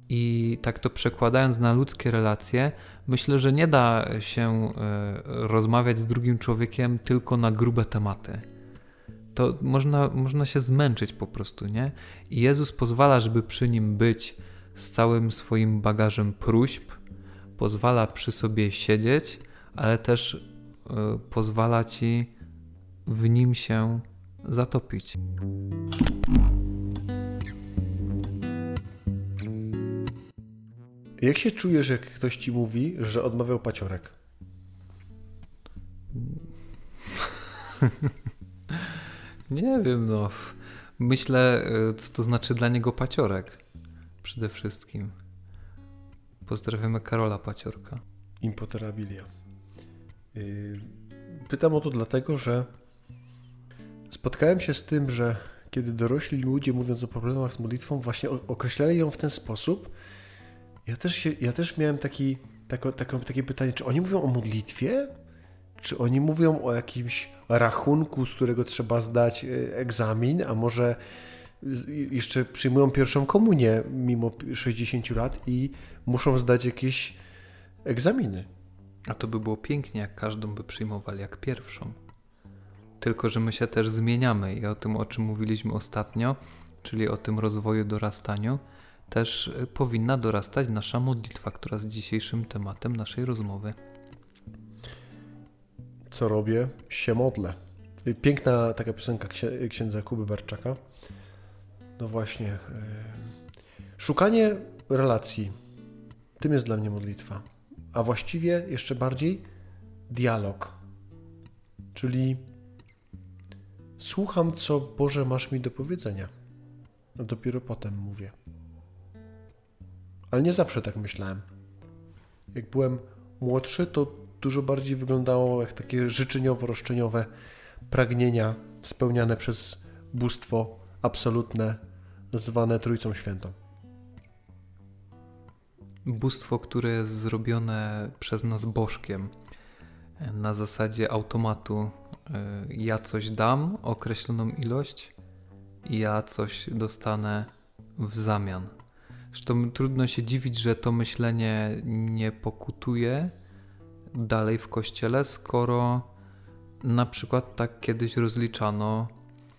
I tak to przekładając na ludzkie relacje, myślę, że nie da się rozmawiać z drugim człowiekiem tylko na grube tematy. To można się zmęczyć po prostu, nie? I Jezus pozwala, żeby przy Nim być z całym swoim bagażem próśb, pozwala przy sobie siedzieć, ale też pozwala Ci w Nim się zatopić. Jak się czujesz, jak ktoś Ci mówi, że odmawiał paciorek? Nie wiem, no. Myślę, co to znaczy dla niego paciorek. Przede wszystkim. Pozdrawiamy Karola Paciorka. Impoterabilia. Pytam o to dlatego, że spotkałem się z tym, że kiedy dorośli ludzie, mówiąc o problemach z modlitwą, właśnie określali ją w ten sposób. Ja też miałem takie pytanie, czy oni mówią o modlitwie? Czy oni mówią o jakimś rachunku, z którego trzeba zdać egzamin, a może jeszcze przyjmują pierwszą komunię mimo 60 lat i muszą zdać jakieś egzaminy? A to by było pięknie, jak każdą by przyjmowali jak pierwszą. Tylko że my się też zmieniamy i o tym, o czym mówiliśmy ostatnio, czyli o tym rozwoju, dorastaniu, też powinna dorastać nasza modlitwa, która jest dzisiejszym tematem naszej rozmowy. Co robię? Się modlę. Piękna taka piosenka księdza Kuby Barczaka. No właśnie. Szukanie relacji. Tym jest dla mnie modlitwa. A właściwie jeszcze bardziej dialog. Czyli słucham, co Boże masz mi do powiedzenia. A dopiero potem mówię. Ale nie zawsze tak myślałem. Jak byłem młodszy, to dużo bardziej wyglądało jak takie życzeniowo-roszczeniowe pragnienia spełniane przez bóstwo absolutne, zwane Trójcą Świętą. Bóstwo, które jest zrobione przez nas bożkiem. Na zasadzie automatu ja coś dam, określoną ilość i ja coś dostanę w zamian. Zresztą trudno się dziwić, że to myślenie nie pokutuje dalej w Kościele, skoro na przykład tak kiedyś rozliczano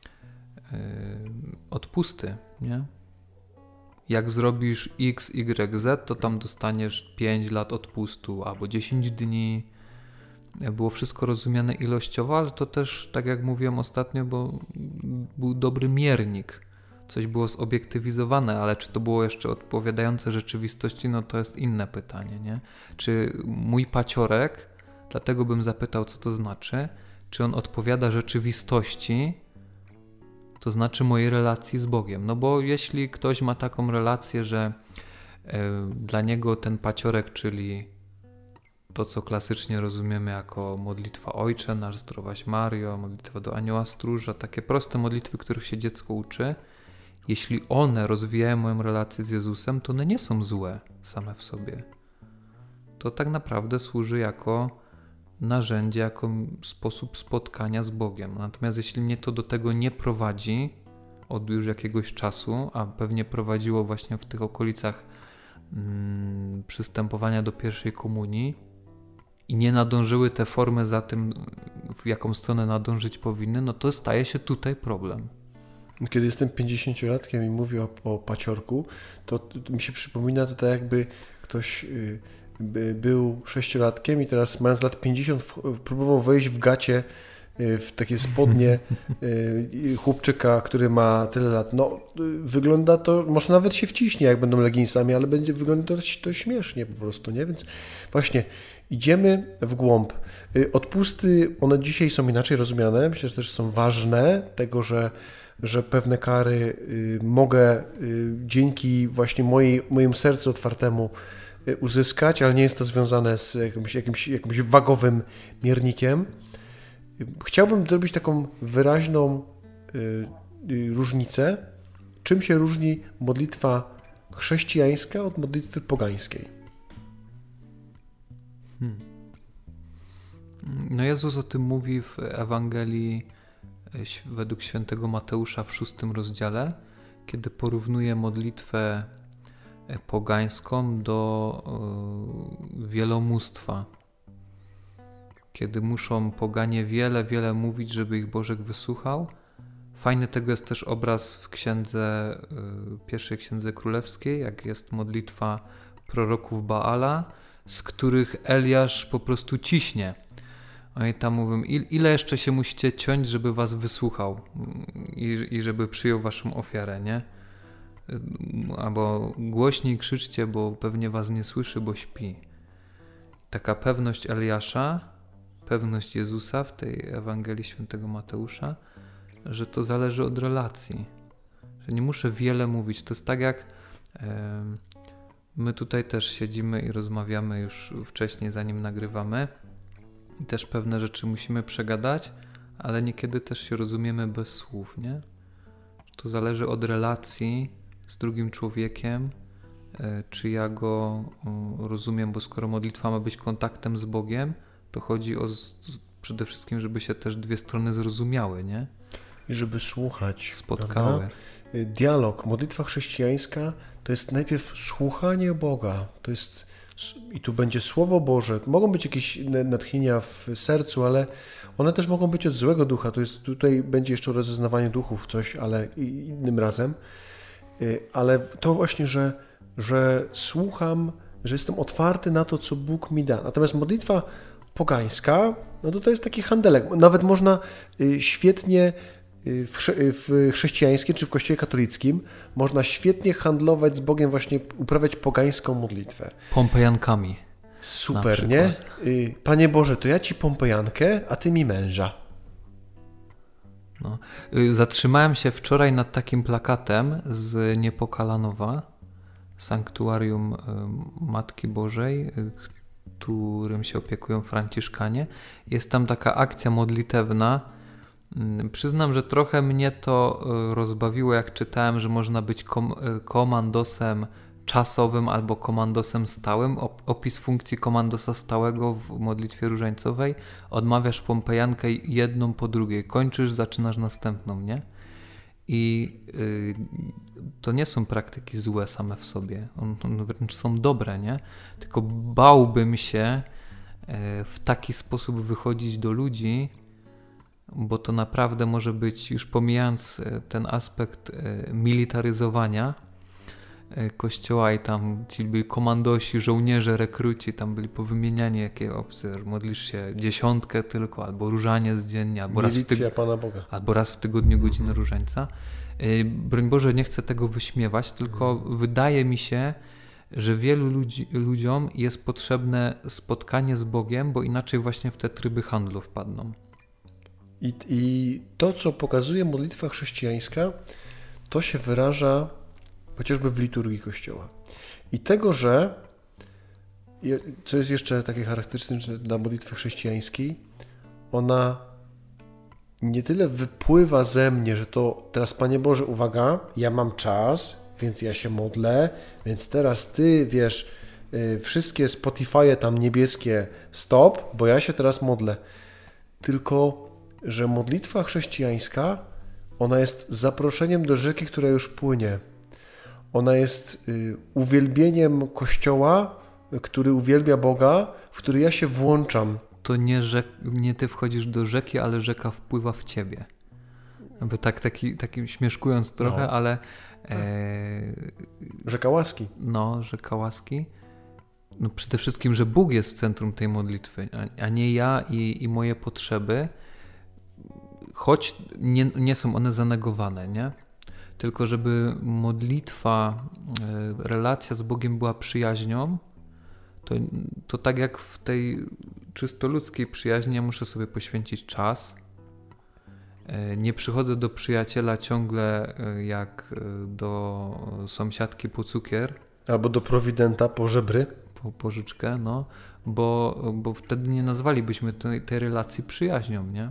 odpusty, nie? Jak zrobisz X, Y, Z, to tam dostaniesz 5 lat odpustu albo 10 dni. Było wszystko rozumiane ilościowo, ale to też, tak jak mówiłem ostatnio, bo był dobry miernik. Coś było zobiektywizowane, ale czy to było jeszcze odpowiadające rzeczywistości, no to jest inne pytanie, nie? Czy mój paciorek, dlatego bym zapytał, co to znaczy, czy on odpowiada rzeczywistości, to znaczy mojej relacji z Bogiem. No bo jeśli ktoś ma taką relację, że dla niego ten paciorek, czyli to, co klasycznie rozumiemy jako modlitwa Ojcze nasz, Zdrowaś Mario, modlitwa do Anioła Stróża, takie proste modlitwy, których się dziecko uczy, jeśli one rozwijają moją relację z Jezusem, to one nie są złe same w sobie. To tak naprawdę służy jako narzędzie, jako sposób spotkania z Bogiem. Natomiast jeśli mnie to do tego nie prowadzi od już jakiegoś czasu, a pewnie prowadziło właśnie w tych okolicach przystępowania do pierwszej komunii i nie nadążyły te formy za tym, w jaką stronę nadążyć powinny, no to staje się tutaj problem. Kiedy jestem 50-latkiem i mówię o paciorku, to mi się przypomina to tak, jakby ktoś był 6-latkiem i teraz mając lat 50 próbował wejść w gacie w takie spodnie chłopczyka, który ma tyle lat. No, wygląda to, może nawet się wciśnie, jak będą leginsami, ale będzie wyglądać to śmiesznie po prostu, nie? Więc właśnie idziemy w głąb. Odpusty, one dzisiaj są inaczej rozumiane. Myślę, że też są ważne tego, że pewne kary mogę dzięki właśnie mojemu sercu otwartemu uzyskać, ale nie jest to związane z jakimś wagowym miernikiem. Chciałbym zrobić taką wyraźną różnicę, czym się różni modlitwa chrześcijańska od modlitwy pogańskiej. No Jezus o tym mówi w Ewangelii według świętego Mateusza w 6 rozdziale, kiedy porównuje modlitwę pogańską do wielomóstwa. Kiedy muszą poganie wiele mówić, żeby ich Bożek wysłuchał. Fajny tego jest też obraz w pierwszej księdze królewskiej, jak jest modlitwa proroków Baala, z których Eliasz po prostu ciśnie. Oni tam mówią, ile jeszcze się musicie ciąć, żeby was wysłuchał i żeby przyjął waszą ofiarę, nie? Albo głośniej krzyczcie, bo pewnie was nie słyszy, bo śpi. Taka pewność Eliasza, pewność Jezusa w tej Ewangelii Świętego Mateusza, że to zależy od relacji. Że nie muszę wiele mówić. To jest tak jak my tutaj też siedzimy i rozmawiamy już wcześniej, zanim nagrywamy. I też pewne rzeczy musimy przegadać, ale niekiedy też się rozumiemy bez słów, nie? To zależy od relacji z drugim człowiekiem, czy ja go rozumiem, bo skoro modlitwa ma być kontaktem z Bogiem, to chodzi o przede wszystkim, żeby się też dwie strony zrozumiały, nie? I żeby słuchać. Spotkały. Prawda? Dialog, modlitwa chrześcijańska to jest najpierw słuchanie Boga. To jest, i tu będzie Słowo Boże. Mogą być jakieś natchnienia w sercu, ale one też mogą być od złego ducha. Tutaj będzie jeszcze o rozeznawaniu duchów coś, ale innym razem. Ale to właśnie, że słucham, że jestem otwarty na to, co Bóg mi da. Natomiast modlitwa pogańska, no to jest taki handelek. Nawet można świetnie w chrześcijańskim czy w kościele katolickim można świetnie handlować z Bogiem, właśnie uprawiać pogańską modlitwę. Pompejankami. Super, nie? Panie Boże, to ja Ci pompejankę, a Ty mi męża. No. Zatrzymałem się wczoraj nad takim plakatem z Niepokalanowa, sanktuarium Matki Bożej, którym się opiekują Franciszkanie. Jest tam taka akcja modlitewna. Przyznam, że trochę mnie to rozbawiło, jak czytałem, że można być komandosem czasowym albo komandosem stałym. Opis funkcji komandosa stałego w modlitwie różańcowej. Odmawiasz pompejankę jedną po drugiej. Kończysz, zaczynasz następną, nie? I to nie są praktyki złe same w sobie. One wręcz są dobre, nie? Tylko bałbym się w taki sposób wychodzić do ludzi, bo to naprawdę może być, już pomijając ten aspekt militaryzowania Kościoła i tam ci byli komandosi, żołnierze, rekruci, tam byli powymieniani jakie opcje, modlisz się 10 tylko, albo różaniec dziennie, albo Pana Boga. Albo raz w tygodniu godzinę różańca. Broń Boże, nie chcę tego wyśmiewać, tylko wydaje mi się, że wielu ludziom jest potrzebne spotkanie z Bogiem, bo inaczej właśnie w te tryby handlu wpadną. I to, co pokazuje modlitwa chrześcijańska, to się wyraża chociażby w liturgii Kościoła. I tego, że, co jest jeszcze takie charakterystyczne dla modlitwy chrześcijańskiej, ona nie tyle wypływa ze mnie, że to teraz, Panie Boże, uwaga, ja mam czas, więc ja się modlę, więc teraz Ty, wiesz, wszystkie Spotify'e tam niebieskie stop, bo ja się teraz modlę. Tylko, że modlitwa chrześcijańska, ona jest zaproszeniem do rzeki, która już płynie. Ona jest uwielbieniem Kościoła, który uwielbia Boga, w który ja się włączam. To nie ty wchodzisz do rzeki, ale rzeka wpływa w ciebie. Jakby takim śmieszkując trochę, no, ale... Rzeka łaski. No, rzeka łaski. No przede wszystkim, że Bóg jest w centrum tej modlitwy, a nie ja i moje potrzeby, choć nie są one zanegowane, nie? Tylko żeby modlitwa, relacja z Bogiem była przyjaźnią, to tak jak w tej czysto ludzkiej przyjaźni ja muszę sobie poświęcić czas. Nie przychodzę do przyjaciela ciągle jak do sąsiadki po cukier. Albo do prowidenta po żebry. Po pożyczkę, no. Bo wtedy nie nazwalibyśmy tej relacji przyjaźnią, nie?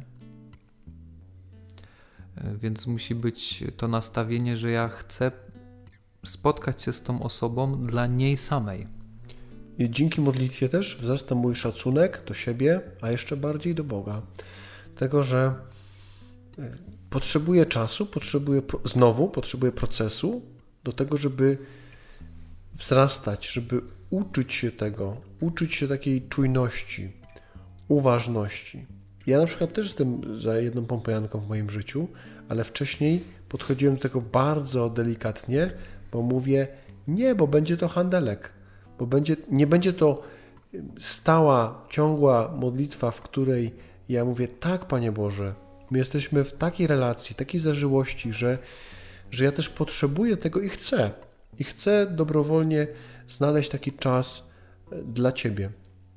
Więc musi być to nastawienie, że ja chcę spotkać się z tą osobą dla niej samej. I dzięki modlitwie też wzrasta mój szacunek do siebie, a jeszcze bardziej do Boga. Tego, że potrzebuję czasu, potrzebuję procesu do tego, żeby wzrastać, żeby uczyć się tego, uczyć się takiej czujności, uważności. Ja na przykład też jestem za jedną pompejanką w moim życiu, ale wcześniej podchodziłem do tego bardzo delikatnie, bo mówię, nie, bo będzie to handelek, bo nie będzie to stała, ciągła modlitwa, w której ja mówię, tak, Panie Boże, my jesteśmy w takiej relacji, takiej zażyłości, że ja też potrzebuję tego i chcę. I chcę dobrowolnie znaleźć taki czas dla Ciebie.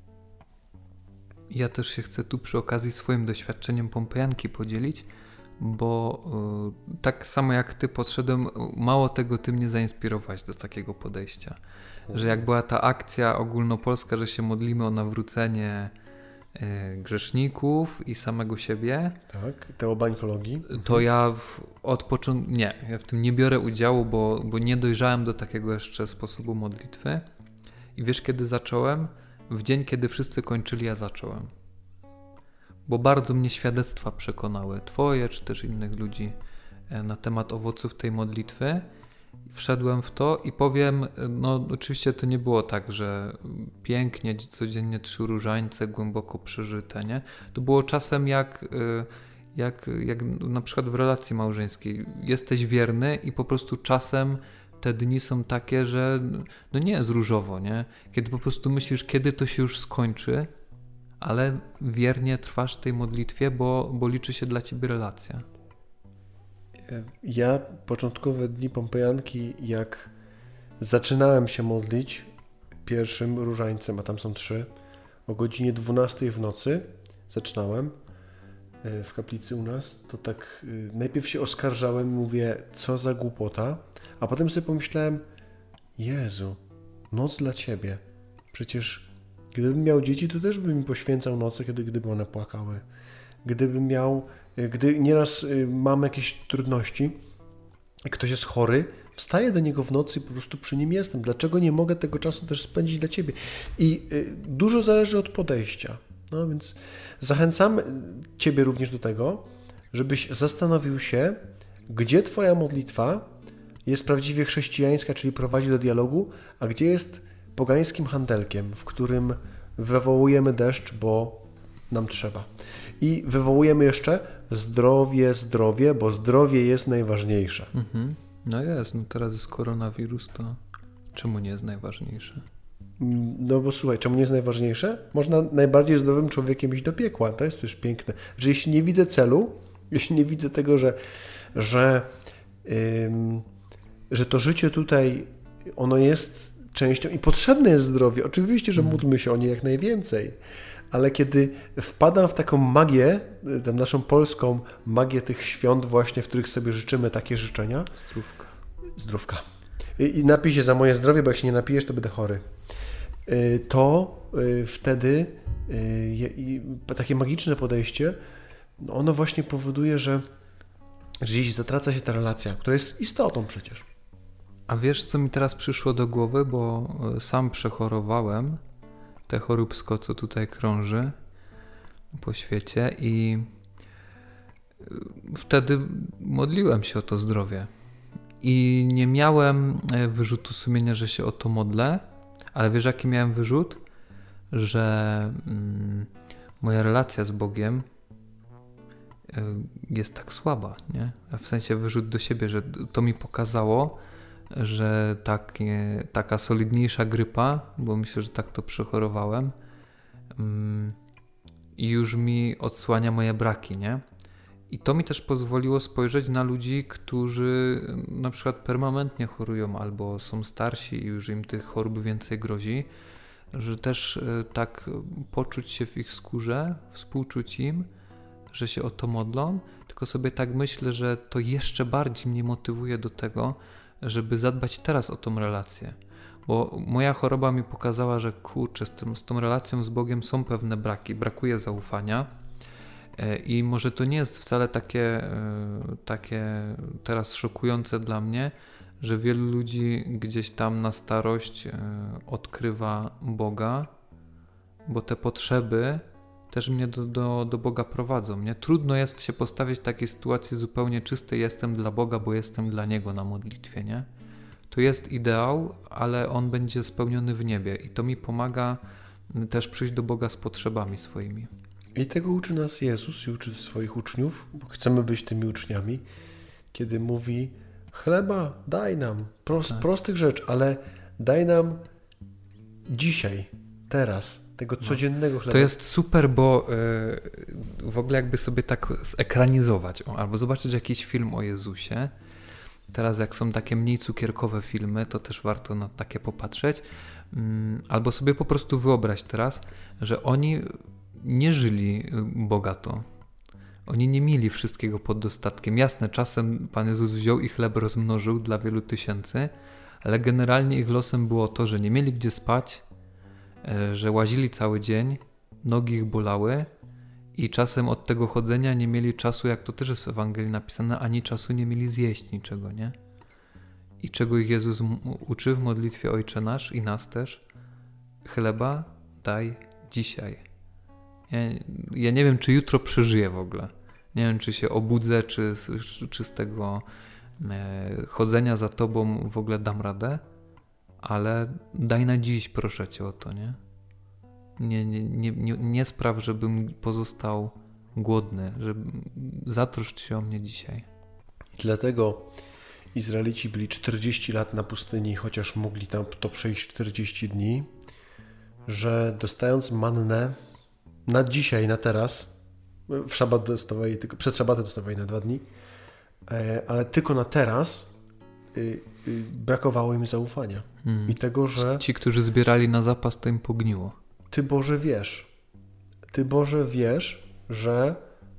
Ja też się chcę tu przy okazji swoim doświadczeniem pompejanki podzielić, bo tak samo jak Ty podszedłem, mało tego Ty mnie zainspirowałeś do takiego podejścia. Że jak była ta akcja ogólnopolska, że się modlimy o nawrócenie grzeszników i samego siebie. Tak, teobańkologii. To ja od początku, ja w tym nie biorę udziału, bo nie dojrzałem do takiego jeszcze sposobu modlitwy. I wiesz, kiedy zacząłem? W dzień, kiedy wszyscy kończyli, ja zacząłem. Bo bardzo mnie świadectwa przekonały, Twoje czy też innych ludzi, na temat owoców tej modlitwy. Wszedłem w to i powiem, no oczywiście to nie było tak, że pięknie, codziennie 3 różańce, głęboko przeżyte, nie? To było czasem jak na przykład w relacji małżeńskiej. Jesteś wierny i po prostu czasem te dni są takie, że no nie jest różowo, nie? Kiedy po prostu myślisz, kiedy to się już skończy, ale wiernie trwasz w tej modlitwie, bo liczy się dla ciebie relacja. Ja początkowe dni pompejanki, jak zaczynałem się modlić pierwszym różańcem, a tam są 3, o godzinie 12 w nocy zaczynałem w kaplicy u nas, to tak najpierw się oskarżałem, mówię, co za głupota, a potem sobie pomyślałem, Jezu, noc dla Ciebie. Przecież gdybym miał dzieci, to też bym mi poświęcał noce, gdyby one płakały. Gdy nieraz mam jakieś trudności, ktoś jest chory, wstaję do niego w nocy i po prostu przy nim jestem. Dlaczego nie mogę tego czasu też spędzić dla Ciebie? I dużo zależy od podejścia. No więc zachęcam Ciebie również do tego, żebyś zastanowił się, gdzie Twoja modlitwa jest prawdziwie chrześcijańska, czyli prowadzi do dialogu, a gdzie jest pogańskim handelkiem, w którym wywołujemy deszcz, bo nam trzeba. I wywołujemy jeszcze zdrowie, bo zdrowie jest najważniejsze. No jest, teraz jest koronawirus, to czemu nie jest najważniejsze? No bo słuchaj, czemu nie jest najważniejsze? Można najbardziej zdrowym człowiekiem iść do piekła, to jest też piękne. Że jeśli nie widzę celu, jeśli nie widzę tego, że to życie tutaj, ono jest częścią i potrzebne jest zdrowie. Oczywiście, że módlmy się o nie jak najwięcej, ale kiedy wpadam w taką magię, tę naszą polską magię tych świąt właśnie, w których sobie życzymy takie życzenia. Zdrówka. I napij się za moje zdrowie, bo jak się nie napijesz, to będę chory. To wtedy takie magiczne podejście, ono właśnie powoduje, że jeśli zatraca się ta relacja, która jest istotą przecież. A wiesz, co mi teraz przyszło do głowy, bo sam przechorowałem te choróbsko, co tutaj krąży po świecie i wtedy modliłem się o to zdrowie. I nie miałem wyrzutu sumienia, że się o to modlę, ale wiesz, jaki miałem wyrzut? Że moja relacja z Bogiem jest tak słaba, nie? W sensie wyrzut do siebie, że to mi pokazało, że taka solidniejsza grypa, bo myślę, że tak to przechorowałem, i już mi odsłania moje braki, nie? I to mi też pozwoliło spojrzeć na ludzi, którzy na przykład permanentnie chorują albo są starsi i już im tych chorób więcej grozi, że też tak poczuć się w ich skórze, współczuć im, że się o to modlą, tylko sobie tak myślę, że to jeszcze bardziej mnie motywuje do tego, żeby zadbać teraz o tą relację. Bo moja choroba mi pokazała, że kurczę, z tą relacją z Bogiem są pewne braki, brakuje zaufania i może to nie jest wcale takie teraz szokujące dla mnie, że wielu ludzi gdzieś tam na starość odkrywa Boga, bo te potrzeby też mnie do Boga prowadzą. Nie? Trudno jest się postawić w takiej sytuacji zupełnie czystej, jestem dla Boga, bo jestem dla Niego na modlitwie. Nie? To jest ideał, ale on będzie spełniony w niebie i to mi pomaga też przyjść do Boga z potrzebami swoimi. I tego uczy nas Jezus i uczy swoich uczniów, bo chcemy być tymi uczniami, kiedy mówi: chleba daj nam, prostych rzeczy, ale daj nam dzisiaj, teraz, tego codziennego chleba. To jest super, bo w ogóle jakby sobie tak zekranizować, albo zobaczyć jakiś film o Jezusie. Teraz jak są takie mniej cukierkowe filmy, to też warto na takie popatrzeć. Albo sobie po prostu wyobraź teraz, że oni nie żyli bogato. Oni nie mieli wszystkiego pod dostatkiem. Jasne, czasem Pan Jezus wziął i chleb rozmnożył dla wielu tysięcy, ale generalnie ich losem było to, że nie mieli gdzie spać, że łazili cały dzień, nogi ich bolały i czasem od tego chodzenia nie mieli czasu, jak to też jest w Ewangelii napisane, ani czasu nie mieli zjeść niczego, nie? I czego ich Jezus uczy w modlitwie Ojcze Nasz i nas też? Chleba daj dzisiaj. Ja nie wiem, czy jutro przeżyję w ogóle. Nie wiem, czy się obudzę, czy z tego chodzenia za Tobą w ogóle dam radę, ale daj na dziś, proszę Cię o to, nie? Nie spraw, żebym pozostał głodny, zatroszcz się o mnie dzisiaj. Dlatego Izraelici byli 40 lat na pustyni, chociaż mogli tam to przejść 40 dni, że dostając mannę na dzisiaj, na teraz, w szabat dostawali, tylko przed szabatem dostawali na 2 dni, ale tylko na teraz brakowało im zaufania. I tego, że ci, którzy zbierali na zapas, to im pogniło. Ty Boże wiesz, że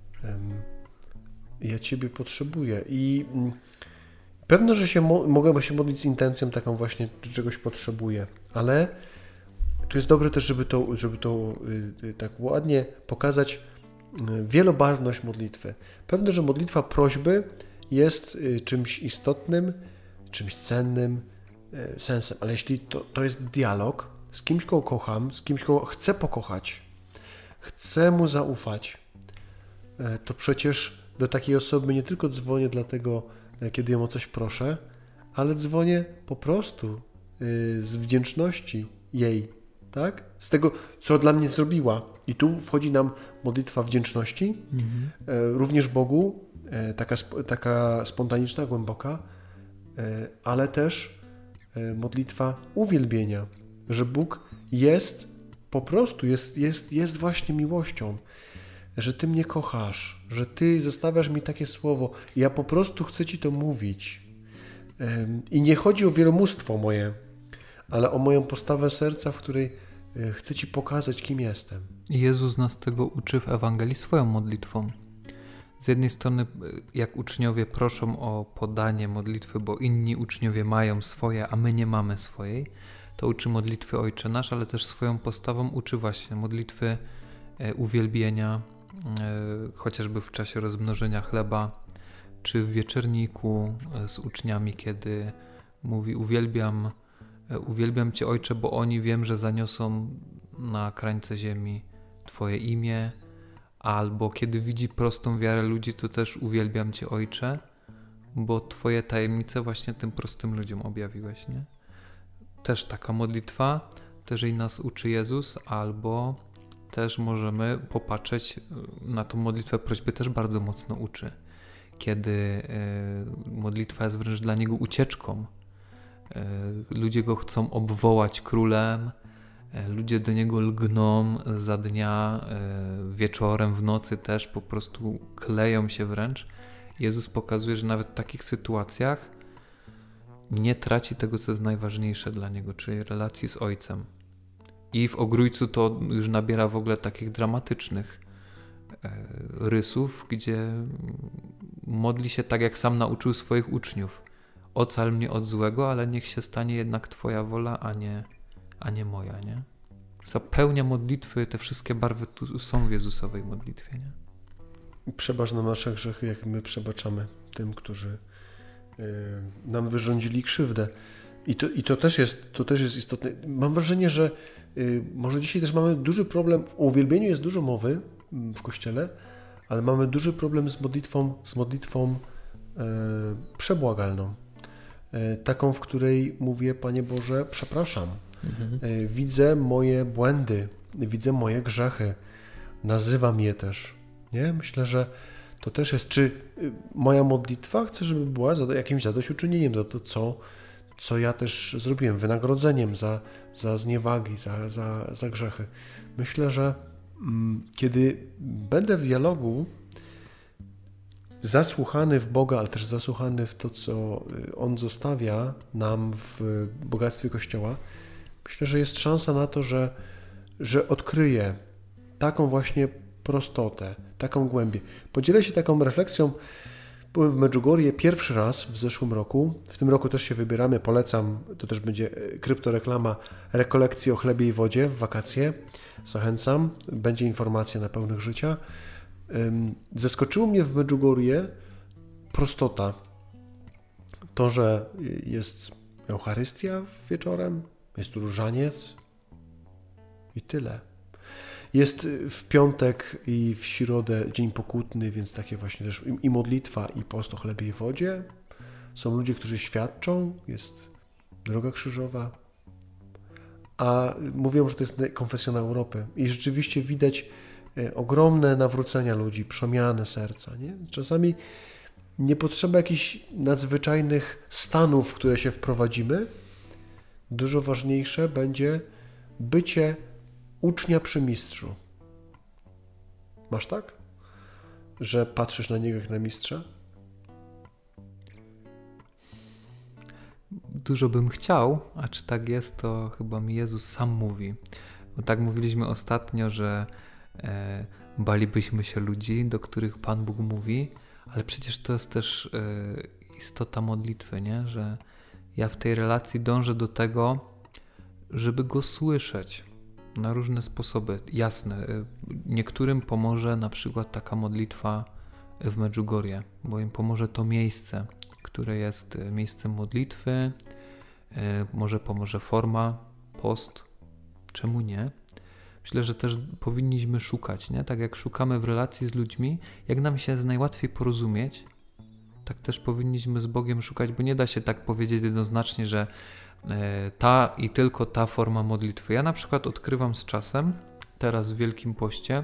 ja Ciebie potrzebuję. I pewno, że mogę się modlić z intencją taką właśnie, że czegoś potrzebuję, ale tu jest dobre też, żeby to tak ładnie pokazać wielobarwność modlitwy. Pewne, że modlitwa prośby jest czymś istotnym, czymś cennym sensem, ale jeśli to jest dialog z kimś, kogo kocham, z kimś, kogo chcę pokochać, chcę mu zaufać, to przecież do takiej osoby nie tylko dzwonię dlatego, kiedy ją o coś proszę, ale dzwonię po prostu z wdzięczności jej, tak? Z tego, co dla mnie zrobiła. I tu wchodzi nam modlitwa wdzięczności, również Bogu, taka spontaniczna, głęboka, ale też modlitwa uwielbienia, że Bóg jest po prostu, jest właśnie miłością, że Ty mnie kochasz, że Ty zostawiasz mi takie słowo i ja po prostu chcę Ci to mówić. I nie chodzi o wielomóstwo moje, ale o moją postawę serca, w której chcę Ci pokazać, kim jestem. Jezus nas tego uczy w Ewangelii swoją modlitwą. Z jednej strony, jak uczniowie proszą o podanie modlitwy, bo inni uczniowie mają swoje, a my nie mamy swojej, to uczy modlitwy Ojcze Nasz, ale też swoją postawą uczy właśnie modlitwy uwielbienia, chociażby w czasie rozmnożenia chleba, czy w wieczerniku z uczniami, kiedy mówi: uwielbiam Cię, Ojcze, bo oni wiem, że zaniosą na krańce ziemi Twoje imię, albo kiedy widzi prostą wiarę ludzi, to też uwielbiam Cię, Ojcze, bo Twoje tajemnice właśnie tym prostym ludziom objawiłeś, nie? Też taka modlitwa, też jej nas uczy Jezus, albo też możemy popatrzeć na tą modlitwę prośby, też bardzo mocno uczy, kiedy modlitwa jest wręcz dla Niego ucieczką. Ludzie Go chcą obwołać królem, ludzie do Niego lgną za dnia, wieczorem, w nocy też po prostu kleją się wręcz. Jezus pokazuje, że nawet w takich sytuacjach nie traci tego, co jest najważniejsze dla Niego, czyli relacji z Ojcem. I w Ogrójcu to już nabiera w ogóle takich dramatycznych rysów, gdzie modli się tak, jak sam nauczył swoich uczniów. Ocal mnie od złego, ale niech się stanie jednak Twoja wola, a nie moja, nie? Zapełnia modlitwy, te wszystkie barwy tu są w Jezusowej modlitwie, nie? Przebacz nam nasze grzechy, jak my przebaczamy tym, którzy nam wyrządzili krzywdę. I to też jest istotne. Mam wrażenie, że może dzisiaj też mamy duży problem, o uwielbieniu jest dużo mowy w Kościele, ale mamy duży problem z modlitwą przebłagalną. taką, w której mówię, Panie Boże, przepraszam, widzę moje błędy, widzę moje grzechy, nazywam je też. Nie? Myślę, że to też jest, czy moja modlitwa chcę, żeby była jakimś zadośćuczynieniem za to, co ja też zrobiłem, wynagrodzeniem za zniewagi, za grzechy. Myślę, że kiedy będę w dialogu zasłuchany w Boga, ale też zasłuchany w to, co On zostawia nam w bogactwie Kościoła, myślę, że jest szansa na to, że odkryję taką właśnie prostotę, taką głębię. Podzielę się taką refleksją. Byłem w Medjugorje pierwszy raz w zeszłym roku. W tym roku też się wybieramy. Polecam, to też będzie kryptoreklama, rekolekcji o chlebie i wodzie w wakacje. Zachęcam. Będzie informacja na pełnych życia. Zaskoczyło mnie w Medjugorje prostota. To, że jest Eucharystia wieczorem, jest różaniec i tyle. Jest w piątek i w środę dzień pokutny, więc takie właśnie też i modlitwa, i post o chlebie i wodzie. Są ludzie, którzy świadczą, jest droga krzyżowa, a mówią, że to jest konfesja Europy. I rzeczywiście widać ogromne nawrócenia ludzi, przemiany serca. Nie? Czasami nie potrzeba jakichś nadzwyczajnych stanów, w które się wprowadzimy. Dużo ważniejsze będzie bycie ucznia przy mistrzu. Masz tak? Że patrzysz na niego jak na mistrza? Dużo bym chciał, a czy tak jest, to chyba mi Jezus sam mówi. Bo tak mówiliśmy ostatnio, że balibyśmy się ludzi, do których Pan Bóg mówi, ale przecież to jest też istota modlitwy, nie? Że ja w tej relacji dążę do tego, żeby Go słyszeć na różne sposoby. Jasne, niektórym pomoże na przykład taka modlitwa w Medjugorje, bo im pomoże to miejsce, które jest miejscem modlitwy, może pomoże forma, post, czemu nie? Myślę, że też powinniśmy szukać, nie? Tak jak szukamy w relacji z ludźmi, jak nam się najłatwiej porozumieć, tak też powinniśmy z Bogiem szukać, bo nie da się tak powiedzieć jednoznacznie, że ta i tylko ta forma modlitwy. Ja na przykład odkrywam z czasem, teraz w Wielkim Poście,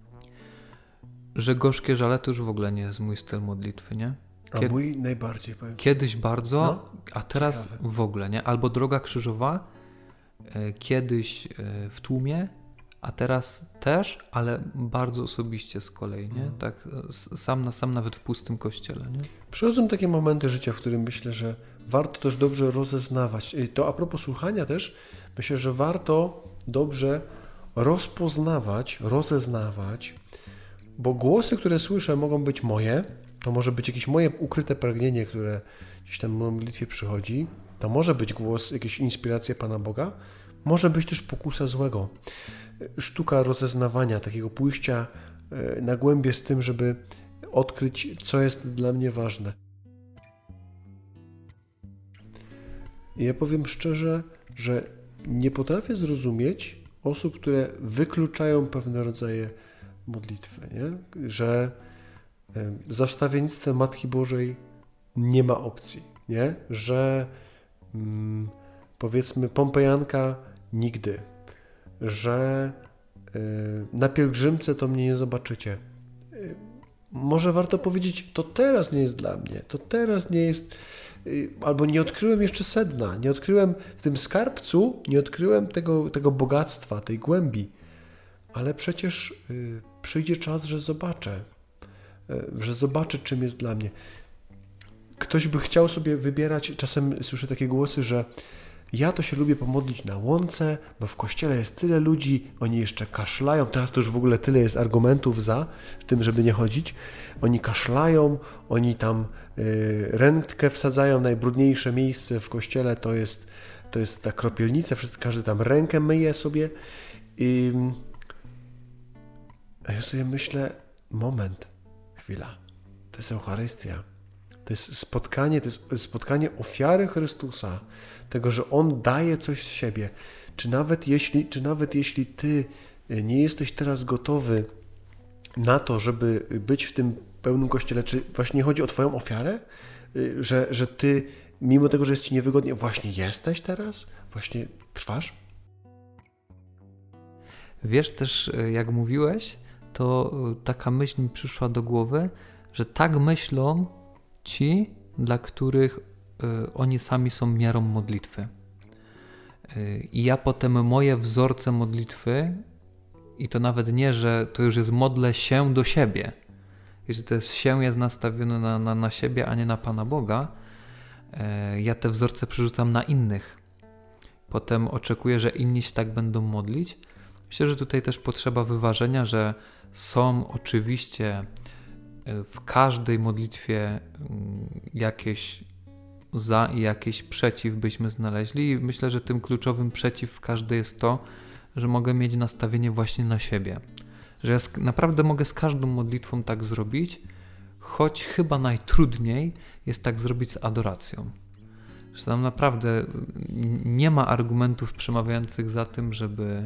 że gorzkie żale to już w ogóle nie jest mój styl modlitwy, nie? A mój najbardziej, powiem. Kiedyś bardzo, no, a teraz ciekawe. W ogóle, nie? Albo droga krzyżowa, kiedyś w tłumie, a teraz też, ale bardzo osobiście z kolei, nie? Tak sam na sam, nawet w pustym kościele, nie? Przychodzą takie momenty życia, w którym myślę, że warto też dobrze rozeznawać. To a propos słuchania też, myślę, że warto dobrze rozpoznawać, rozeznawać, bo głosy, które słyszę, mogą być moje, to może być jakieś moje ukryte pragnienie, które gdzieś tam w modlitwie przychodzi, to może być głos, jakieś inspiracja Pana Boga, może być też pokusa złego. Sztuka rozeznawania, takiego pójścia na głębie z tym, żeby odkryć, co jest dla mnie ważne. I ja powiem szczerze, że nie potrafię zrozumieć osób, które wykluczają pewne rodzaje modlitwy, nie? Że za wstawiennictwem Matki Bożej nie ma opcji, nie? Że powiedzmy Pompejanka nigdy, że na pielgrzymce to mnie nie zobaczycie. Może warto powiedzieć, to teraz nie jest dla mnie, to teraz nie jest, albo nie odkryłem jeszcze sedna, nie odkryłem w tym skarbcu, nie odkryłem tego bogactwa, tej głębi, ale przecież przyjdzie czas, że zobaczę, czym jest dla mnie. Ktoś by chciał sobie wybierać, czasem słyszę takie głosy, że ja to się lubię pomodlić na łące, bo w kościele jest tyle ludzi, oni jeszcze kaszlają, teraz to już w ogóle tyle jest argumentów za tym, żeby nie chodzić. Oni kaszlają, oni tam rękę wsadzają, najbrudniejsze miejsce w kościele to jest ta kropielnica, każdy tam rękę myje sobie. A ja sobie myślę, moment, chwila, to jest Eucharystia. To jest spotkanie ofiary Chrystusa, tego, że On daje coś z siebie. Czy nawet jeśli Ty nie jesteś teraz gotowy na to, żeby być w tym pełnym Kościele, czy właśnie chodzi o Twoją ofiarę? Że Ty mimo tego, że jest ci niewygodnie, właśnie jesteś teraz? Właśnie trwasz? Wiesz też, jak mówiłeś, to taka myśl mi przyszła do głowy, że tak myślą ci, dla których oni sami są miarą modlitwy. I ja potem moje wzorce modlitwy, i to nawet nie, że to już jest modlę się do siebie, i że to jest się jest nastawione na siebie, a nie na Pana Boga, ja te wzorce przerzucam na innych. Potem oczekuję, że inni się tak będą modlić. Myślę, że tutaj też potrzeba wyważenia, że są oczywiście w każdej modlitwie jakieś za i jakieś przeciw byśmy znaleźli. I myślę, że tym kluczowym przeciw w każdej jest to, że mogę mieć nastawienie właśnie na siebie. Że ja naprawdę mogę z każdą modlitwą tak zrobić, choć chyba najtrudniej jest tak zrobić z adoracją. Że tam naprawdę nie ma argumentów przemawiających za tym, żeby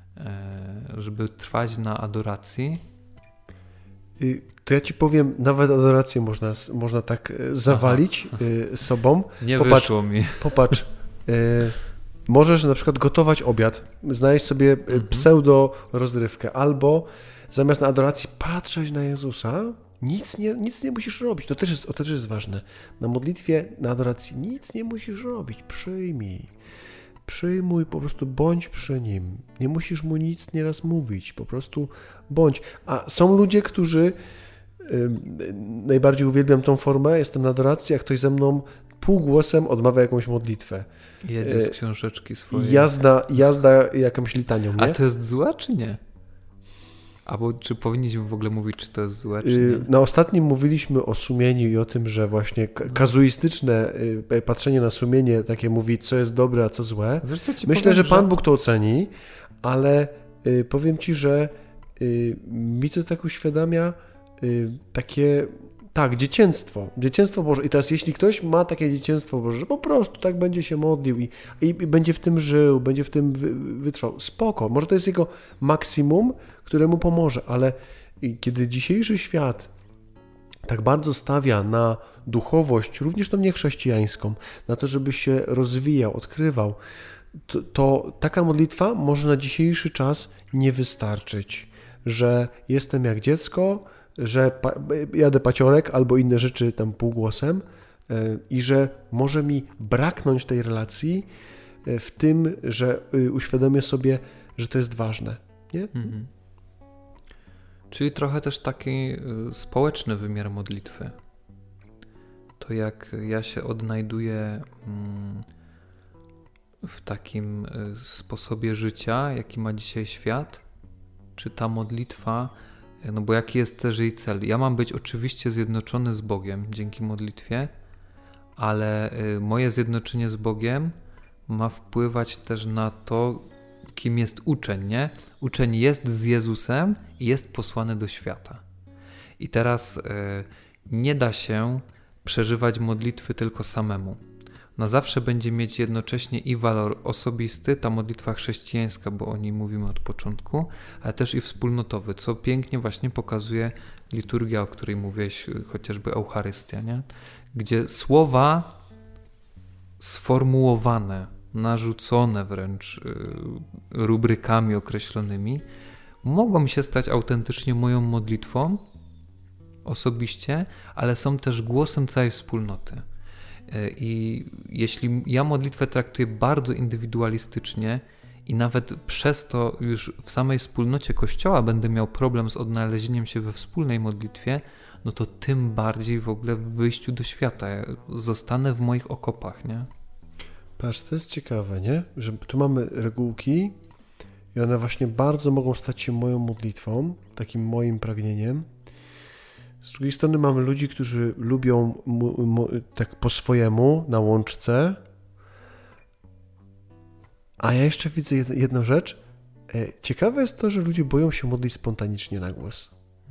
trwać na adoracji. To ja ci powiem, nawet adorację można tak zawalić sobą. Nie wyszło mi. Popatrz, możesz na przykład gotować obiad, znaleźć sobie pseudo rozrywkę, albo zamiast na adoracji patrzeć na Jezusa, nic nie musisz robić. To też jest ważne. Na modlitwie, na adoracji nic nie musisz robić. Przyjmuj, po prostu bądź przy Nim. Nie musisz Mu nic nieraz mówić, po prostu bądź. A są ludzie, którzy najbardziej uwielbiam tą formę, jestem na adoracji, a ktoś ze mną półgłosem odmawia jakąś modlitwę. Jedzie z książeczki swojej. Jazda jakąś litanią, nie? A to jest złe, czy nie? Albo czy powinniśmy w ogóle mówić, czy to jest złe, czy nie? Na ostatnim mówiliśmy o sumieniu i o tym, że właśnie kazuistyczne patrzenie na sumienie takie mówi, co jest dobre, a co złe. Myślę, że Pan Bóg to oceni, ale powiem Ci, że mi to tak uświadamia takie, tak, dzieciństwo Boże. I teraz jeśli ktoś ma takie dzieciństwo Boże, że po prostu tak będzie się modlił i będzie w tym żył, będzie w tym wytrwał, spoko, może to jest jego maksimum, które mu pomoże, ale kiedy dzisiejszy świat tak bardzo stawia na duchowość, również tą niechrześcijańską, na to, żeby się rozwijał, odkrywał, to taka modlitwa może na dzisiejszy czas nie wystarczyć, że jestem jak dziecko, że jadę paciorek albo inne rzeczy tam półgłosem i że może mi braknąć tej relacji w tym, że uświadomię sobie, że to jest ważne. Nie? Mhm. Czyli trochę też taki społeczny wymiar modlitwy. To jak ja się odnajduję w takim sposobie życia, jaki ma dzisiaj świat, czy ta modlitwa, no bo jaki jest też jej cel? Ja mam być oczywiście zjednoczony z Bogiem dzięki modlitwie, ale moje zjednoczenie z Bogiem ma wpływać też na to, kim jest uczeń, nie? Uczeń jest z Jezusem i jest posłany do świata. I teraz nie da się przeżywać modlitwy tylko samemu. Ona zawsze będzie mieć jednocześnie i walor osobisty, ta modlitwa chrześcijańska, bo o niej mówimy od początku, ale też i wspólnotowy, co pięknie właśnie pokazuje liturgia, o której mówiłeś, chociażby Eucharystia, nie? Gdzie słowa sformułowane, narzucone wręcz rubrykami określonymi, mogą się stać autentycznie moją modlitwą osobiście, ale są też głosem całej wspólnoty. I jeśli ja modlitwę traktuję bardzo indywidualistycznie i nawet przez to już w samej wspólnocie Kościoła będę miał problem z odnalezieniem się we wspólnej modlitwie, no to tym bardziej w ogóle w wyjściu do świata. Ja zostanę w moich okopach, nie? Patrz, to jest ciekawe, nie? Że tu mamy regułki i one właśnie bardzo mogą stać się moją modlitwą, takim moim pragnieniem. Z drugiej strony mamy ludzi, którzy lubią tak po swojemu, na łączce. A ja jeszcze widzę jedną rzecz. Ciekawe jest to, że ludzie boją się modlić spontanicznie na głos.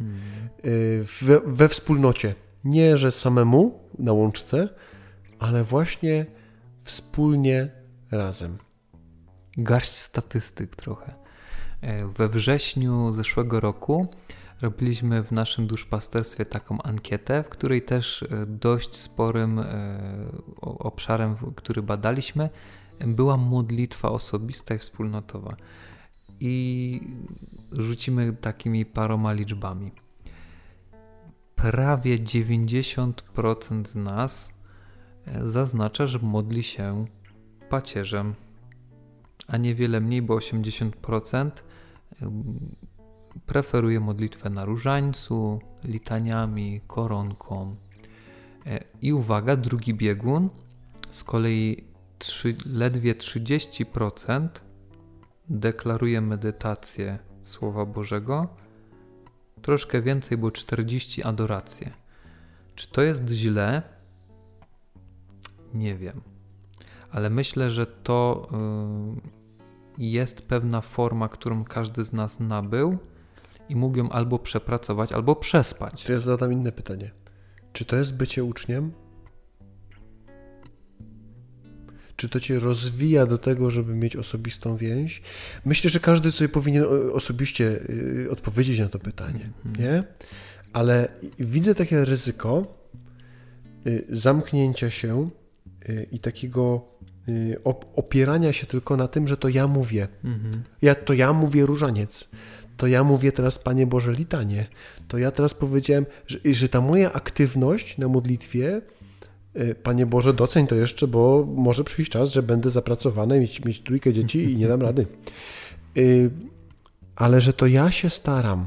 We wspólnocie. Nie, że samemu na łączce, ale właśnie wspólnie razem. Garść statystyk trochę. We wrześniu zeszłego roku robiliśmy w naszym duszpasterstwie taką ankietę, w której też dość sporym obszarem, który badaliśmy, była modlitwa osobista i wspólnotowa. I rzucimy takimi paroma liczbami. Prawie 90% z nas zaznacza, że modli się pacierzem, a niewiele mniej, bo 80% preferuje modlitwę na różańcu, litaniami, koronką. I uwaga, drugi biegun, z kolei ledwie 30% deklaruje medytację Słowa Bożego, troszkę więcej, bo 40% adorację. Czy to jest źle? Nie wiem. Ale myślę, że to jest pewna forma, którą każdy z nas nabył i mógł ją albo przepracować, albo przespać. To ja zadam inne pytanie. Czy to jest bycie uczniem? Czy to cię rozwija do tego, żeby mieć osobistą więź? Myślę, że każdy sobie powinien osobiście odpowiedzieć na to pytanie, nie? Ale widzę takie ryzyko zamknięcia się i takiego opierania się tylko na tym, że to ja mówię. Ja mówię różaniec. To ja mówię teraz, Panie Boże, litanie. To ja teraz powiedziałem, że ta moja aktywność na modlitwie, Panie Boże, doceń to jeszcze, bo może przyjść czas, że będę zapracowany, mieć 3 dzieci i nie dam rady. Ale że to ja się staram,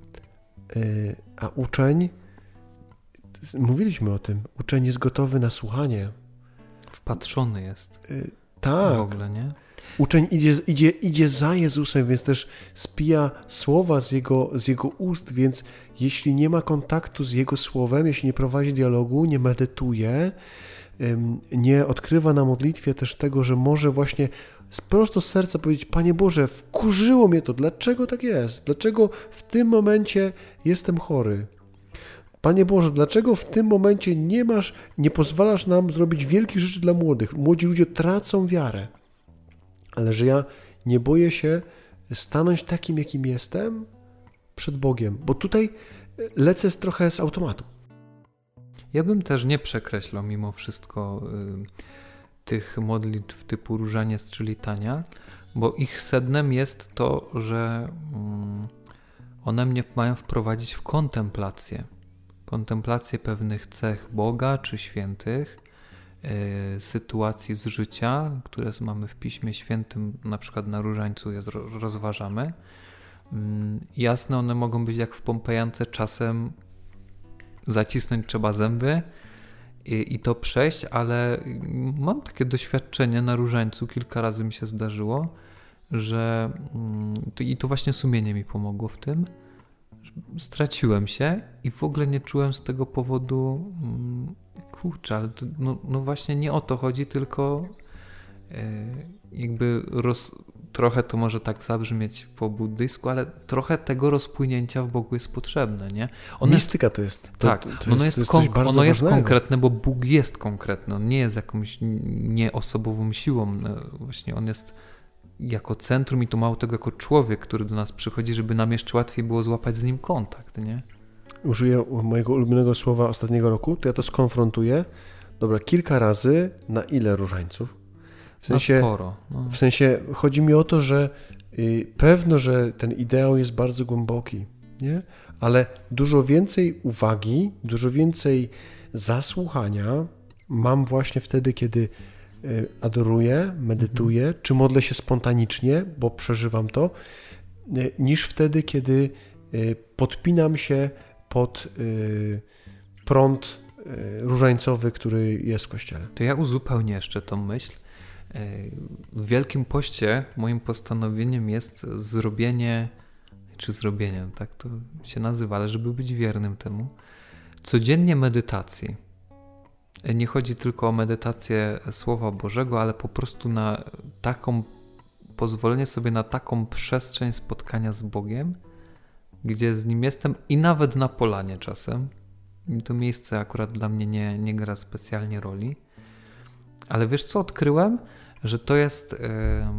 a uczeń, mówiliśmy o tym, uczeń jest gotowy na słuchanie. Wpatrzony jest. Tak. W ogóle, nie? Uczeń idzie za Jezusem, więc też spija słowa z jego ust, więc jeśli nie ma kontaktu z Jego słowem, jeśli nie prowadzi dialogu, nie medytuje, nie odkrywa na modlitwie też tego, że może właśnie prosto z serca powiedzieć: Panie Boże, wkurzyło mnie to, dlaczego tak jest? Dlaczego w tym momencie jestem chory? Panie Boże, dlaczego w tym momencie nie pozwalasz nam zrobić wielkich rzeczy dla młodych? Młodzi ludzie tracą wiarę. Ale że ja nie boję się stanąć takim, jakim jestem przed Bogiem, bo tutaj lecę trochę z automatu. Ja bym też nie przekreślał mimo wszystko tych modlitw typu różaniec czy litania, bo ich sednem jest to, że one mnie mają wprowadzić w kontemplację pewnych cech Boga czy świętych, sytuacji z życia, które mamy w Piśmie Świętym, na przykład na różańcu je rozważamy. Jasne, one mogą być jak w Pompejance, czasem zacisnąć trzeba zęby i to przejść, ale mam takie doświadczenie na różańcu, kilka razy mi się zdarzyło, że i to właśnie sumienie mi pomogło w tym, straciłem się i w ogóle nie czułem z tego powodu kurczę, ale to, no właśnie nie o to chodzi, tylko jakby trochę to może tak zabrzmieć po buddyjsku, ale trochę tego rozpłynięcia w Bogu jest potrzebne, nie? Mistyka to jest. Tak, ono jest konkretne, bo Bóg jest konkretny, on nie jest jakąś nieosobową siłą, właśnie on jest jako centrum i to mało tego jako człowiek, który do nas przychodzi, żeby nam jeszcze łatwiej było złapać z nim kontakt, nie? Użyję mojego ulubionego słowa ostatniego roku, to ja to skonfrontuję. Dobra, kilka razy na ile różańców? W sensie, sporo. No. W sensie chodzi mi o to, że pewno, że ten ideał jest bardzo głęboki, nie? Ale dużo więcej uwagi, dużo więcej zasłuchania mam właśnie wtedy, kiedy adoruję, medytuję, czy modlę się spontanicznie, bo przeżywam to, niż wtedy, kiedy podpinam się pod prąd różańcowy, który jest w kościele. To ja uzupełnię jeszcze tą myśl. W Wielkim Poście moim postanowieniem jest zrobienie, tak to się nazywa, ale żeby być wiernym temu, codziennie medytacji. Nie chodzi tylko o medytację Słowa Bożego, ale po prostu na taką, pozwolenie sobie na taką przestrzeń spotkania z Bogiem, gdzie z Nim jestem i nawet na polanie czasem. I to miejsce akurat dla mnie nie gra specjalnie roli. Ale wiesz co odkryłem? Że to jest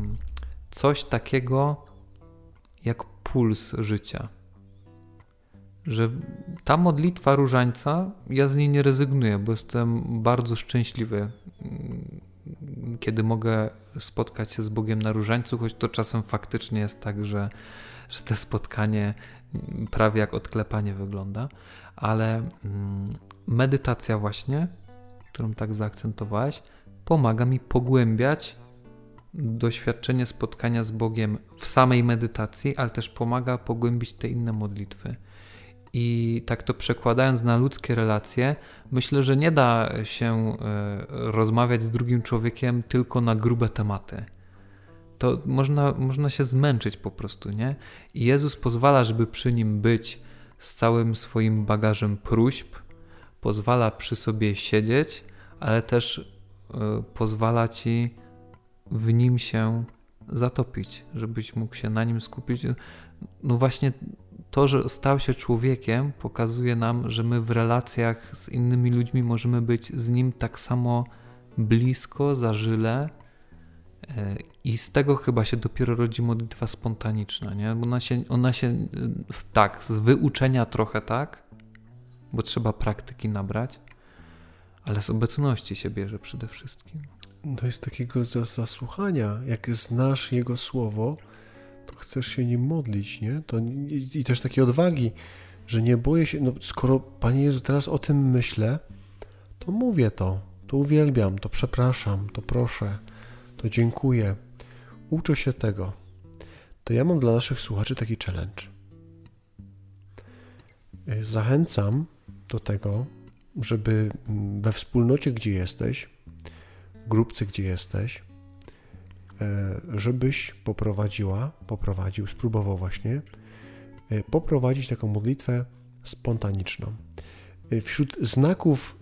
coś takiego jak puls życia. że ta modlitwa różańca, ja z niej nie rezygnuję, bo jestem bardzo szczęśliwy, kiedy mogę spotkać się z Bogiem na różańcu, choć to czasem faktycznie jest tak, że to spotkanie prawie jak odklepanie wygląda, ale medytacja właśnie, którą tak zaakcentowałeś, pomaga mi pogłębiać doświadczenie spotkania z Bogiem w samej medytacji, ale też pomaga pogłębić te inne modlitwy. I tak to przekładając na ludzkie relacje, myślę, że nie da się rozmawiać z drugim człowiekiem tylko na grube tematy. To można się zmęczyć po prostu, nie? I Jezus pozwala, żeby przy Nim być z całym swoim bagażem próśb, pozwala przy sobie siedzieć, ale też pozwala Ci w Nim się zatopić, żebyś mógł się na Nim skupić. No właśnie to, że stał się człowiekiem, pokazuje nam, że my w relacjach z innymi ludźmi możemy być z Nim tak samo blisko, zażyle i z tego chyba się dopiero rodzi modlitwa spontaniczna, nie? Bo ona się tak, z wyuczenia trochę tak, bo trzeba praktyki nabrać, ale z obecności się bierze przede wszystkim. To jest takiego zasłuchania, jak znasz Jego Słowo, to chcesz się nim modlić, nie? I też takiej odwagi, że nie boję się, no skoro Panie Jezu, teraz o tym myślę, to mówię to uwielbiam, to przepraszam, to proszę, to dziękuję. Uczę się tego. To ja mam dla naszych słuchaczy taki challenge. Zachęcam do tego, żeby we wspólnocie, gdzie jesteś, w grupce, gdzie jesteś, żebyś poprowadził, spróbował właśnie poprowadzić taką modlitwę spontaniczną. Wśród znaków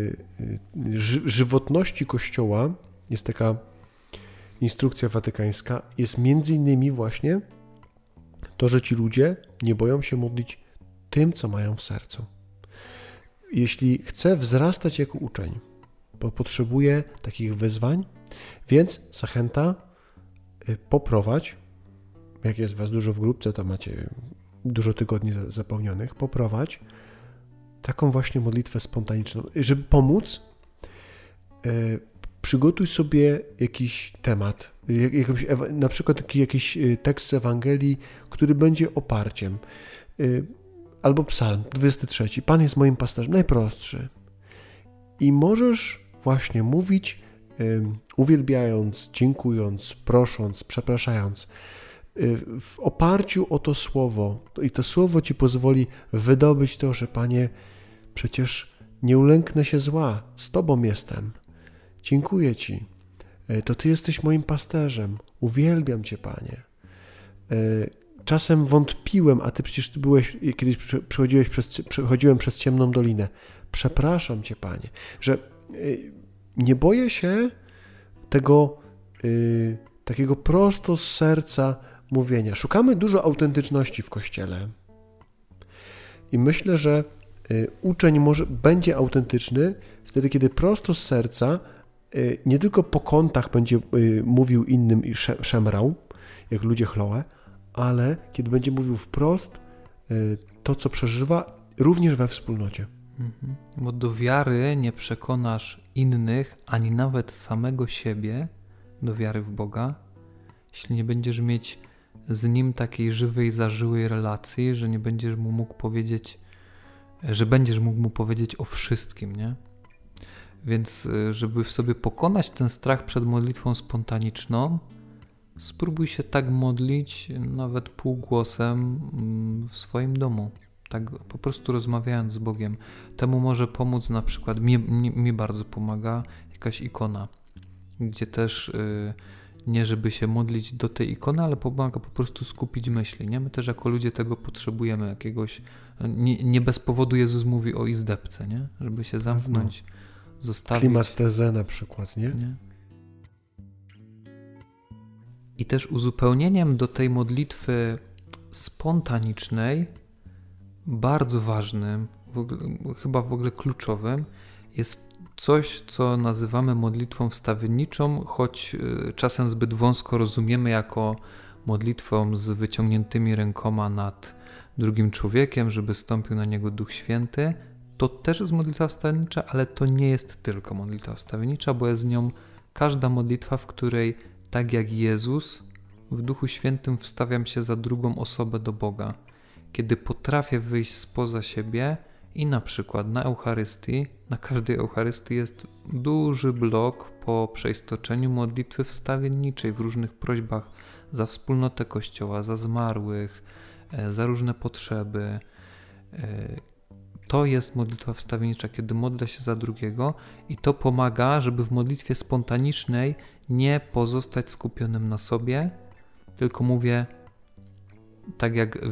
żywotności Kościoła jest taka instrukcja watykańska, jest między innymi właśnie to, że ci ludzie nie boją się modlić tym, co mają w sercu. Jeśli chcę wzrastać jako uczeń, bo potrzebuję takich wyzwań, więc zachęta, poprowadź, jak jest was dużo w grupce, to macie dużo tygodni zapełnionych, poprowadź taką właśnie modlitwę spontaniczną. Żeby pomóc, przygotuj sobie jakiś temat, na przykład jakiś tekst z Ewangelii, który będzie oparciem, albo Psalm 23. Pan jest moim pasterzem, najprostszy. I możesz właśnie mówić, uwielbiając, dziękując, prosząc, przepraszając, w oparciu o to słowo. I to słowo ci pozwoli wydobyć to, że Panie, przecież nie ulęknę się zła, z Tobą jestem. Dziękuję Ci. To Ty jesteś moim pasterzem. Uwielbiam Cię, Panie. Czasem wątpiłem, a Ty przecież byłeś, kiedyś przechodziłem przez ciemną dolinę. Przepraszam Cię, Panie, że nie boję się tego takiego prosto z serca mówienia. Szukamy dużo autentyczności w Kościele i myślę, że uczeń będzie autentyczny wtedy, kiedy prosto z serca nie tylko po kątach będzie mówił innym i szemrał, jak ludzie chloe, ale kiedy będzie mówił wprost to, co przeżywa, również we wspólnocie. Bo do wiary nie przekonasz innych, ani nawet samego siebie do wiary w Boga, jeśli nie będziesz mieć z Nim takiej żywej, zażyłej relacji, że nie będziesz mu mógł powiedzieć, że będziesz mógł mu powiedzieć o wszystkim, nie? Więc żeby w sobie pokonać ten strach przed modlitwą spontaniczną, spróbuj się tak modlić nawet półgłosem w swoim domu. Tak po prostu rozmawiając z Bogiem. Temu może pomóc na przykład, mi bardzo pomaga jakaś ikona, gdzie też nie żeby się modlić do tej ikony, ale pomaga po prostu skupić myśli. Nie? My też jako ludzie tego potrzebujemy, jakiegoś, nie bez powodu Jezus mówi o izdebce, nie? Żeby się zamknąć, zostawić. Klimat tezę na przykład, nie? I też uzupełnieniem do tej modlitwy spontanicznej, bardzo ważnym, chyba w ogóle kluczowym, jest coś, co nazywamy modlitwą wstawienniczą, choć czasem zbyt wąsko rozumiemy jako modlitwą z wyciągniętymi rękoma nad drugim człowiekiem, żeby stąpił na niego Duch Święty. To też jest modlitwa wstawiennicza, ale to nie jest tylko modlitwa wstawiennicza, bo jest nią każda modlitwa, w której tak jak Jezus w Duchu Świętym wstawiam się za drugą osobę do Boga. Kiedy potrafię wyjść spoza siebie i na przykład na Eucharystii, na każdej Eucharystii jest duży blok po przeistoczeniu modlitwy wstawienniczej w różnych prośbach za wspólnotę Kościoła, za zmarłych, za różne potrzeby. To jest modlitwa wstawiennicza, kiedy modlę się za drugiego i to pomaga, żeby w modlitwie spontanicznej nie pozostać skupionym na sobie, tylko mówię, tak jak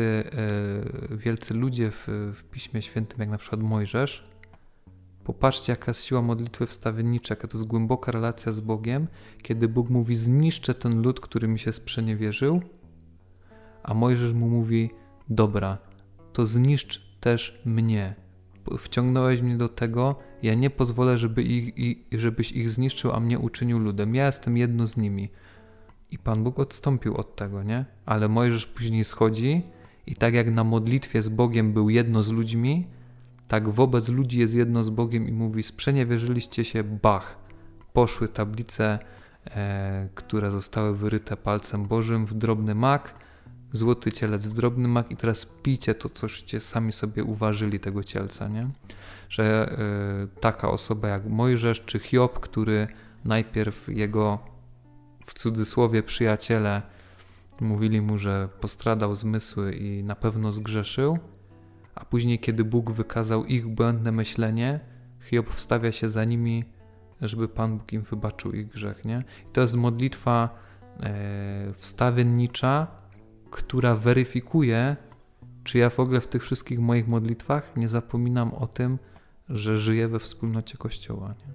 wielcy ludzie w Piśmie Świętym, jak na przykład Mojżesz, popatrzcie, jaka jest siła modlitwy wstawienniczej, jaka to jest głęboka relacja z Bogiem, kiedy Bóg mówi, zniszczę ten lud, który mi się sprzeniewierzył, a Mojżesz mu mówi, dobra, to zniszcz też mnie. Wciągnąłeś mnie do tego, ja nie pozwolę, żebyś ich zniszczył, a mnie uczynił ludem. Ja jestem jedno z nimi. I Pan Bóg odstąpił od tego, nie? Ale Mojżesz później schodzi i tak jak na modlitwie z Bogiem był jedno z ludźmi, tak wobec ludzi jest jedno z Bogiem i mówi, sprzeniewierzyliście się, bach. Poszły tablice, które zostały wyryte palcem Bożym w drobny mak, złoty cielec w drobny mak i teraz pijcie to, coście sami sobie uważyli tego cielca, nie? Że taka osoba jak Mojżesz czy Hiob, który najpierw jego w cudzysłowie przyjaciele mówili mu, że postradał zmysły i na pewno zgrzeszył, a później, kiedy Bóg wykazał ich błędne myślenie, Hiob wstawia się za nimi, żeby Pan Bóg im wybaczył ich grzech, nie? I to jest modlitwa wstawiennicza, która weryfikuje, czy ja w ogóle w tych wszystkich moich modlitwach nie zapominam o tym, że żyję we wspólnocie Kościoła, nie?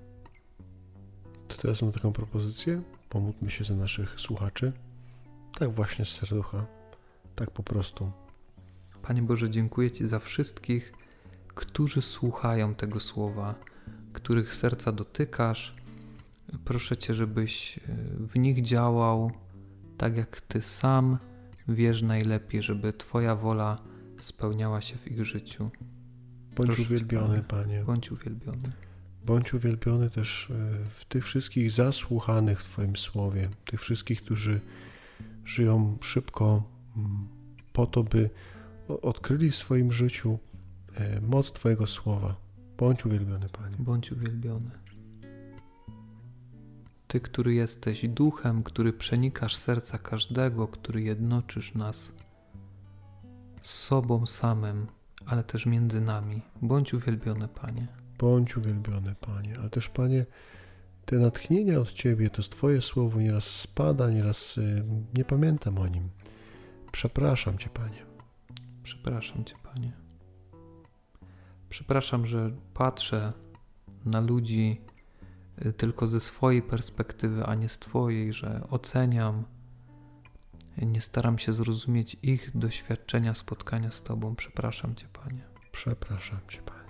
To teraz mam taką propozycję. Pomódlmy się za naszych słuchaczy. Tak właśnie z serducha. Tak po prostu. Panie Boże, dziękuję Ci za wszystkich, którzy słuchają tego słowa, których serca dotykasz. Proszę Cię, żebyś w nich działał tak, jak Ty sam wiesz najlepiej, żeby Twoja wola spełniała się w ich życiu. Bądź uwielbiony, Panie. Bądź uwielbiony. Bądź uwielbiony też w tych wszystkich zasłuchanych w Twoim słowie, tych wszystkich, którzy żyją szybko po to, by odkryli w swoim życiu moc Twojego słowa. Bądź uwielbiony, Panie. Bądź uwielbiony. Ty, który jesteś duchem, który przenikasz serca każdego, który jednoczysz nas z sobą samym, ale też między nami. Bądź uwielbiony, Panie. Bądź uwielbiony, Panie. Ale też, Panie, te natchnienia od Ciebie, to jest Twoje słowo, nieraz spada, nieraz nie pamiętam o nim. Przepraszam Cię, Panie. Przepraszam Cię, Panie. Przepraszam, że patrzę na ludzi tylko ze swojej perspektywy, a nie z Twojej, że oceniam, nie staram się zrozumieć ich doświadczenia, spotkania z Tobą. Przepraszam Cię, Panie. Przepraszam Cię, Panie.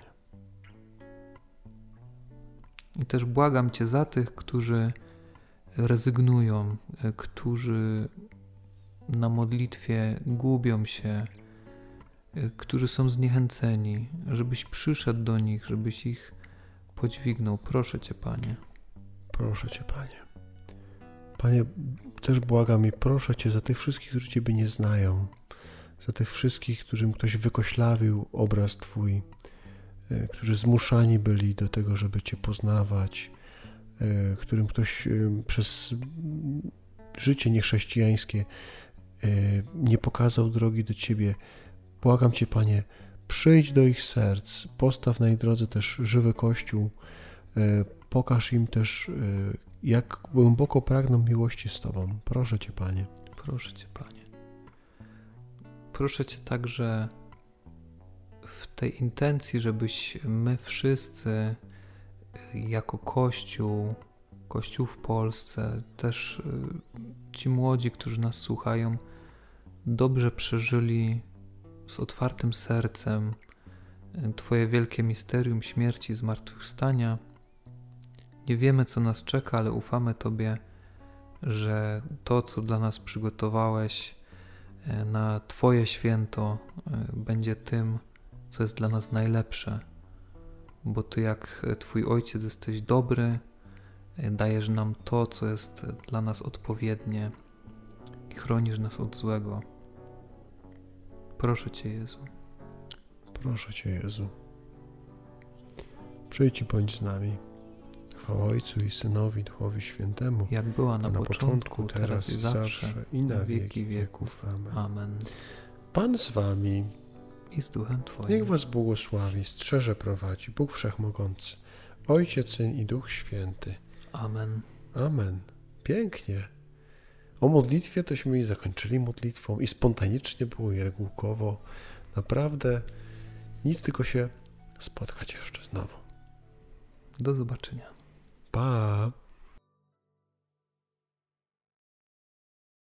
I też błagam Cię za tych, którzy rezygnują, którzy na modlitwie gubią się, którzy są zniechęceni, żebyś przyszedł do nich, żebyś ich podźwignął. Proszę Cię, Panie. Proszę Cię, Panie. Panie, też błagam i proszę Cię za tych wszystkich, którzy Ciebie nie znają, za tych wszystkich, którym ktoś wykoślawił obraz Twój, którzy zmuszani byli do tego, żeby Cię poznawać, którym ktoś przez życie niechrześcijańskie nie pokazał drogi do Ciebie. Błagam Cię, Panie, przyjdź do ich serc, postaw na ich drodze też żywy Kościół, pokaż im też, jak głęboko pragną miłości z Tobą. Proszę Cię, Panie. Proszę Cię, Panie. Proszę Cię także w tej intencji, żebyś my wszyscy jako Kościół w Polsce, też ci młodzi, którzy nas słuchają, dobrze przeżyli z otwartym sercem Twoje wielkie misterium śmierci i zmartwychwstania. Nie wiemy, co nas czeka, ale ufamy Tobie, że to, co dla nas przygotowałeś, na Twoje święto będzie tym, co jest dla nas najlepsze. Bo Ty jak Twój Ojciec jesteś dobry, dajesz nam to, co jest dla nas odpowiednie i chronisz nas od złego. Proszę Cię, Jezu. Proszę Cię, Jezu. Przyjdź i bądź z nami. Chwała Ojcu i Synowi, Duchowi Świętemu. Jak była na początku, teraz i zawsze, i na wieki wieków. Amen. Pan z Wami. I z Duchem Twoim. Niech Was błogosławi, strzeże prowadzi Bóg Wszechmogący, Ojciec, Syn i Duch Święty. Amen. Amen. Pięknie. O modlitwie tośmy i zakończyli modlitwą i spontanicznie było i regułkowo. Naprawdę nic, tylko się spotkać jeszcze znowu. Do zobaczenia. Pa!